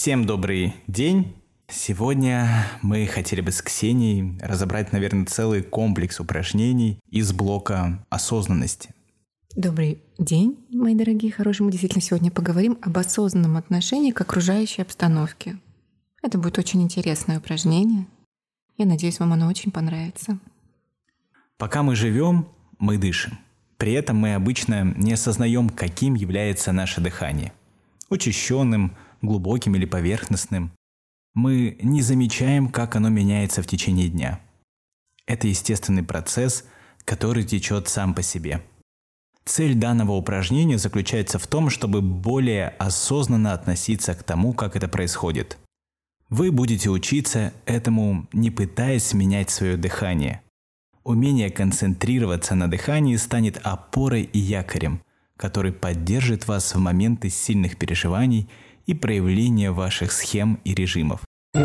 Всем добрый день! Сегодня мы хотели бы с Ксенией разобрать, наверное, целый комплекс упражнений из блока осознанности. Добрый день, мои дорогие, хорошие. Мы действительно сегодня поговорим об осознанном отношении к окружающей обстановке. Это будет очень интересное упражнение. Я надеюсь, вам оно очень понравится. Пока мы живем, мы дышим. При этом мы обычно не осознаем, каким является наше дыхание. Учащенным, глубоким или поверхностным. Мы не замечаем, как оно меняется в течение дня. Это естественный процесс, который течет сам по себе. Цель данного упражнения заключается в том, чтобы более осознанно относиться к тому, как это происходит. Вы будете учиться этому, не пытаясь менять свое дыхание. Умение концентрироваться на дыхании станет опорой и якорем, который поддержит вас в моменты сильных переживаний и проявления ваших схем и режимов.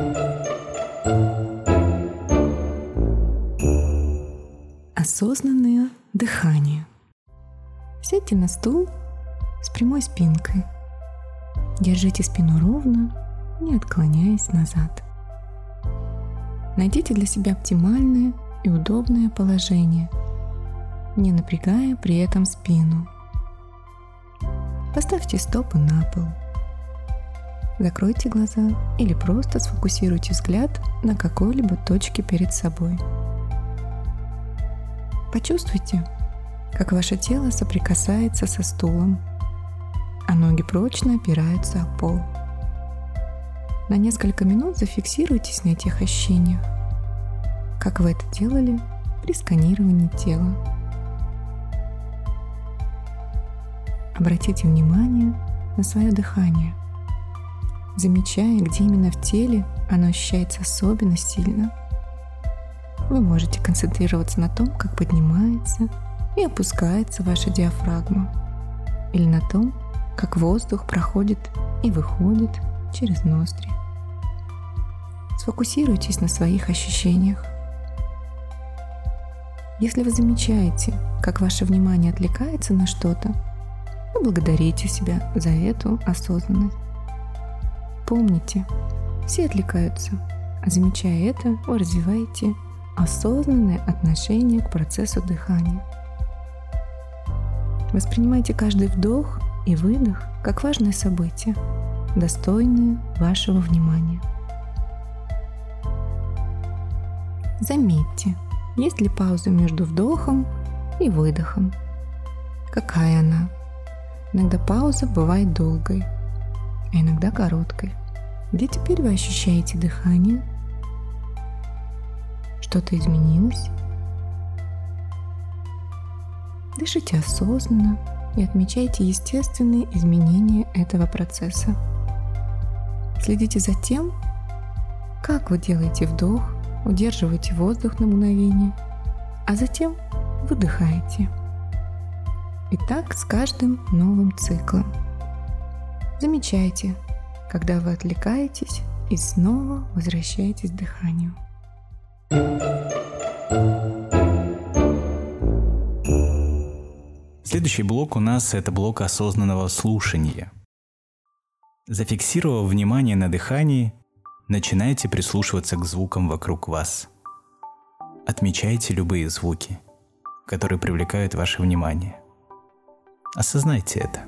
Осознанное дыхание. Сядьте на стул с прямой спинкой. Держите спину ровно, не отклоняясь назад. Найдите для себя оптимальное и удобное положение, не напрягая при этом спину. Поставьте стопы на пол. Закройте глаза или просто сфокусируйте взгляд на какой-либо точке перед собой. Почувствуйте, как ваше тело соприкасается со стулом, а ноги прочно опираются о пол. На несколько минут зафиксируйтесь на этих ощущениях, как вы это делали при сканировании тела. Обратите внимание на свое дыхание, замечая, где именно в теле оно ощущается особенно сильно. Вы можете концентрироваться на том, как поднимается и опускается ваша диафрагма, или на том, как воздух проходит и выходит через ноздри. Сфокусируйтесь на своих ощущениях. Если вы замечаете, как ваше внимание отвлекается на что-то, поблагодарите себя за эту осознанность. Помните, все отвлекаются, а замечая это, вы развиваете осознанное отношение к процессу дыхания. Воспринимайте каждый вдох и выдох как важное событие, достойное вашего внимания. Заметьте, есть ли пауза между вдохом и выдохом. Какая она? Иногда пауза бывает долгой, а иногда короткой. Где теперь вы ощущаете дыхание? Что-то изменилось? Дышите осознанно и отмечайте естественные изменения этого процесса. Следите за тем, как вы делаете вдох, удерживаете воздух на мгновение, а затем выдыхаете. И так с каждым новым циклом. Замечайте, когда вы отвлекаетесь и снова возвращаетесь к дыханию. Следующий блок у нас – это блок осознанного слушания. Зафиксировав внимание на дыхании, начинайте прислушиваться к звукам вокруг вас. Отмечайте любые звуки, которые привлекают ваше внимание. Осознайте это.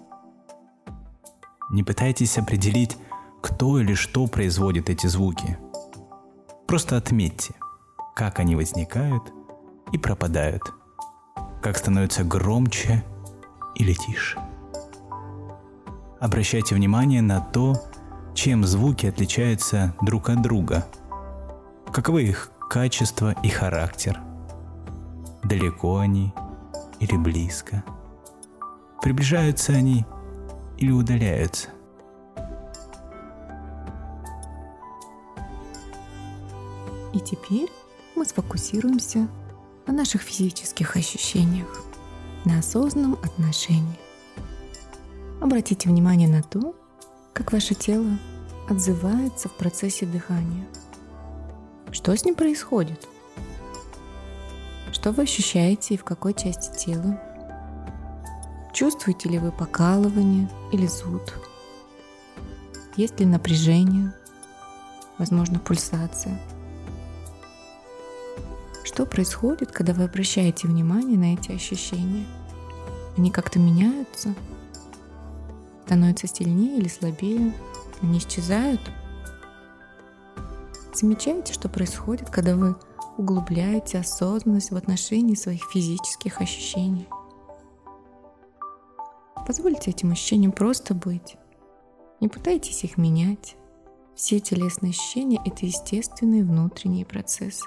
Не пытайтесь определить, кто или что производит эти звуки. Просто отметьте, как они возникают и пропадают, как становятся громче или тише. Обращайте внимание на то, чем звуки отличаются друг от друга, каковы их качество и характер, далеко они или близко, приближаются они или удаляются. И теперь мы сфокусируемся на наших физических ощущениях, на осознанном отношении. Обратите внимание на то, как ваше тело отзывается в процессе дыхания. Что с ним происходит? Что вы ощущаете и в какой части тела? Чувствуете ли вы покалывание или зуд? Есть ли напряжение? Возможно, пульсация. Что происходит, когда вы обращаете внимание на эти ощущения? Они как-то меняются? Становятся сильнее или слабее? Они исчезают? Замечаете, что происходит, когда вы углубляете осознанность в отношении своих физических ощущений? Позвольте этим ощущениям просто быть. Не пытайтесь их менять. Все телесные ощущения — это естественные внутренние процессы.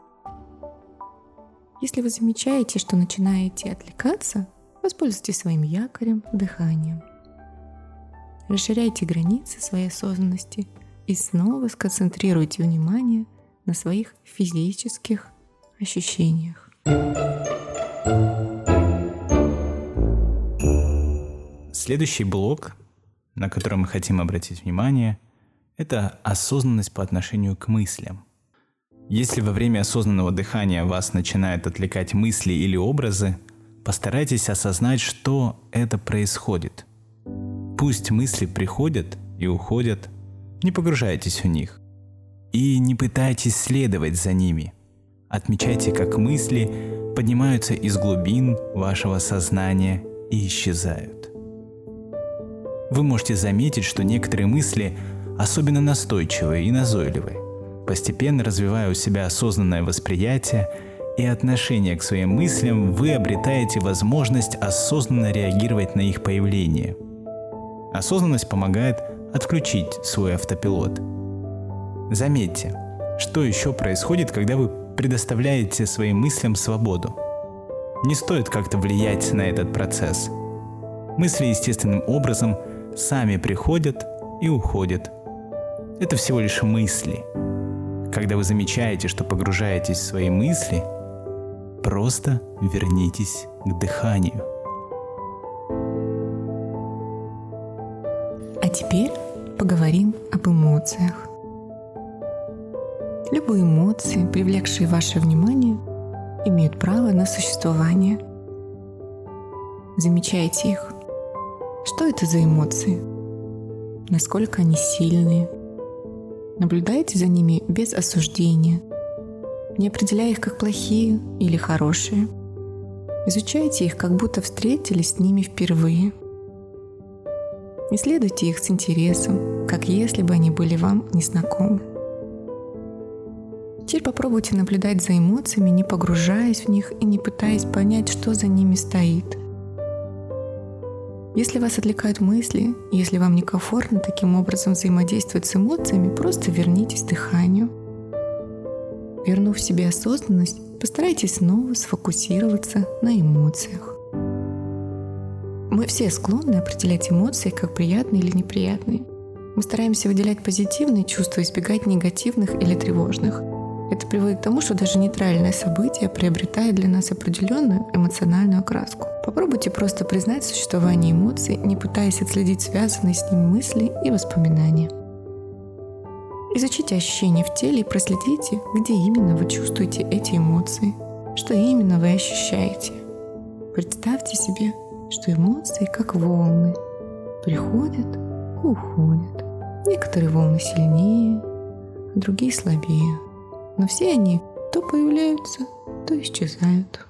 Если вы замечаете, что начинаете отвлекаться, воспользуйтесь своим якорем, дыханием. Расширяйте границы своей осознанности и снова сконцентрируйте внимание на своих физических ощущениях. Следующий блок, на который мы хотим обратить внимание, это осознанность по отношению к мыслям. Если во время осознанного дыхания вас начинают отвлекать мысли или образы, постарайтесь осознать, что это происходит. Пусть мысли приходят и уходят, не погружайтесь в них. И не пытайтесь следовать за ними. Отмечайте, как мысли поднимаются из глубин вашего сознания и исчезают. Вы можете заметить, что некоторые мысли особенно настойчивые и назойливые. Постепенно развивая у себя осознанное восприятие и отношение к своим мыслям, вы обретаете возможность осознанно реагировать на их появление. Осознанность помогает отключить свой автопилот. Заметьте, что еще происходит, когда вы предоставляете своим мыслям свободу. Не стоит как-то влиять на этот процесс. Мысли естественным образом сами приходят и уходят. Это всего лишь мысли. Когда вы замечаете, что погружаетесь в свои мысли, просто вернитесь к дыханию. А теперь поговорим об эмоциях. Любые эмоции, привлекшие ваше внимание, имеют право на существование. Замечайте их. Что это за эмоции? Насколько они сильные? Наблюдайте за ними без осуждения, не определяя их как плохие или хорошие. Изучайте их, как будто встретились с ними впервые. Исследуйте их с интересом, как если бы они были вам незнакомы. Теперь попробуйте наблюдать за эмоциями, не погружаясь в них и не пытаясь понять, что за ними стоит. Если вас отвлекают мысли, если вам некомфортно таким образом взаимодействовать с эмоциями, просто вернитесь к дыханию. Вернув себе осознанность, постарайтесь снова сфокусироваться на эмоциях. Мы все склонны определять эмоции как приятные или неприятные. Мы стараемся выделять позитивные чувства и избегать негативных или тревожных. Это приводит к тому, что даже нейтральное событие приобретает для нас определенную эмоциональную окраску. Попробуйте просто признать существование эмоций, не пытаясь отследить связанные с ними мысли и воспоминания. Изучите ощущения в теле и проследите, где именно вы чувствуете эти эмоции, что именно вы ощущаете. Представьте себе, что эмоции как волны приходят и уходят. Некоторые волны сильнее, а другие слабее. Но все они то появляются, то исчезают.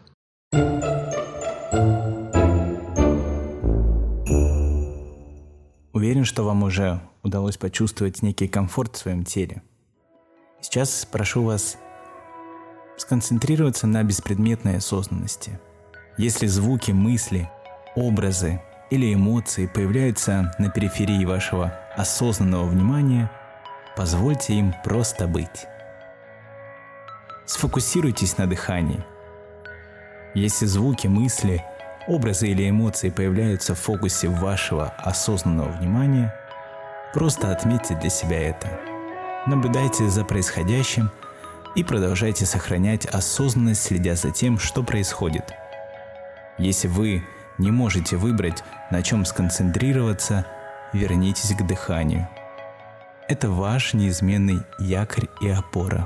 Уверен, что вам уже удалось почувствовать некий комфорт в своем теле. Сейчас прошу вас сконцентрироваться на беспредметной осознанности. Если звуки, мысли, образы или эмоции появляются на периферии вашего осознанного внимания, позвольте им просто быть. Сфокусируйтесь на дыхании. Если звуки, мысли, образы или эмоции появляются в фокусе вашего осознанного внимания, просто отметьте для себя это. Наблюдайте за происходящим и продолжайте сохранять осознанность, следя за тем, что происходит. Если вы не можете выбрать, на чем сконцентрироваться, вернитесь к дыханию. Это ваш неизменный якорь и опора.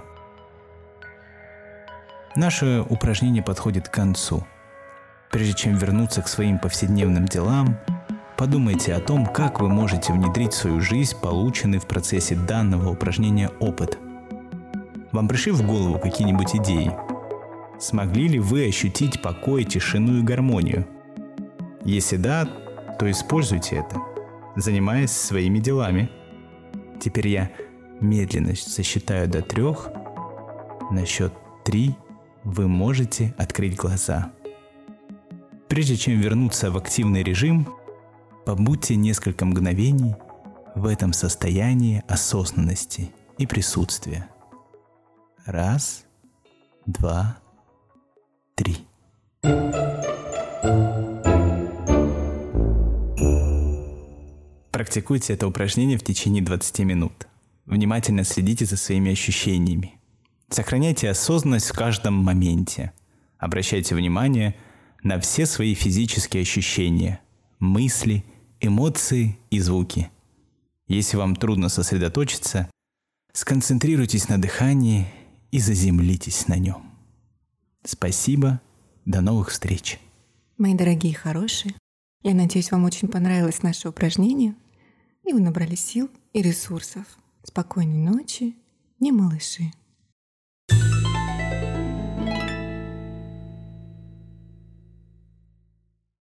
Наше упражнение подходит к концу. Прежде чем вернуться к своим повседневным делам, Подумайте о том, как вы можете внедрить в свою жизнь полученный в процессе данного упражнения опыт. Вам пришли в голову какие-нибудь идеи? Смогли ли вы ощутить покой, тишину и гармонию? Если да, то используйте это, занимаясь своими делами. Теперь я медленно сосчитаю до 3. На счет 3 вы можете открыть глаза. Прежде чем вернуться в активный режим, побудьте несколько мгновений в этом состоянии осознанности и присутствия. 1, 2, 3. Практикуйте это упражнение в течение 20 минут. Внимательно следите за своими ощущениями. Сохраняйте осознанность в каждом моменте. Обращайте внимание на все свои физические ощущения, мысли, эмоции и звуки. Если вам трудно сосредоточиться, сконцентрируйтесь на дыхании и заземлитесь на нем. Спасибо, до новых встреч. Мои дорогие хорошие, я надеюсь, вам очень понравилось наше упражнение, и вы набрали сил и ресурсов. Спокойной ночи, не малыши.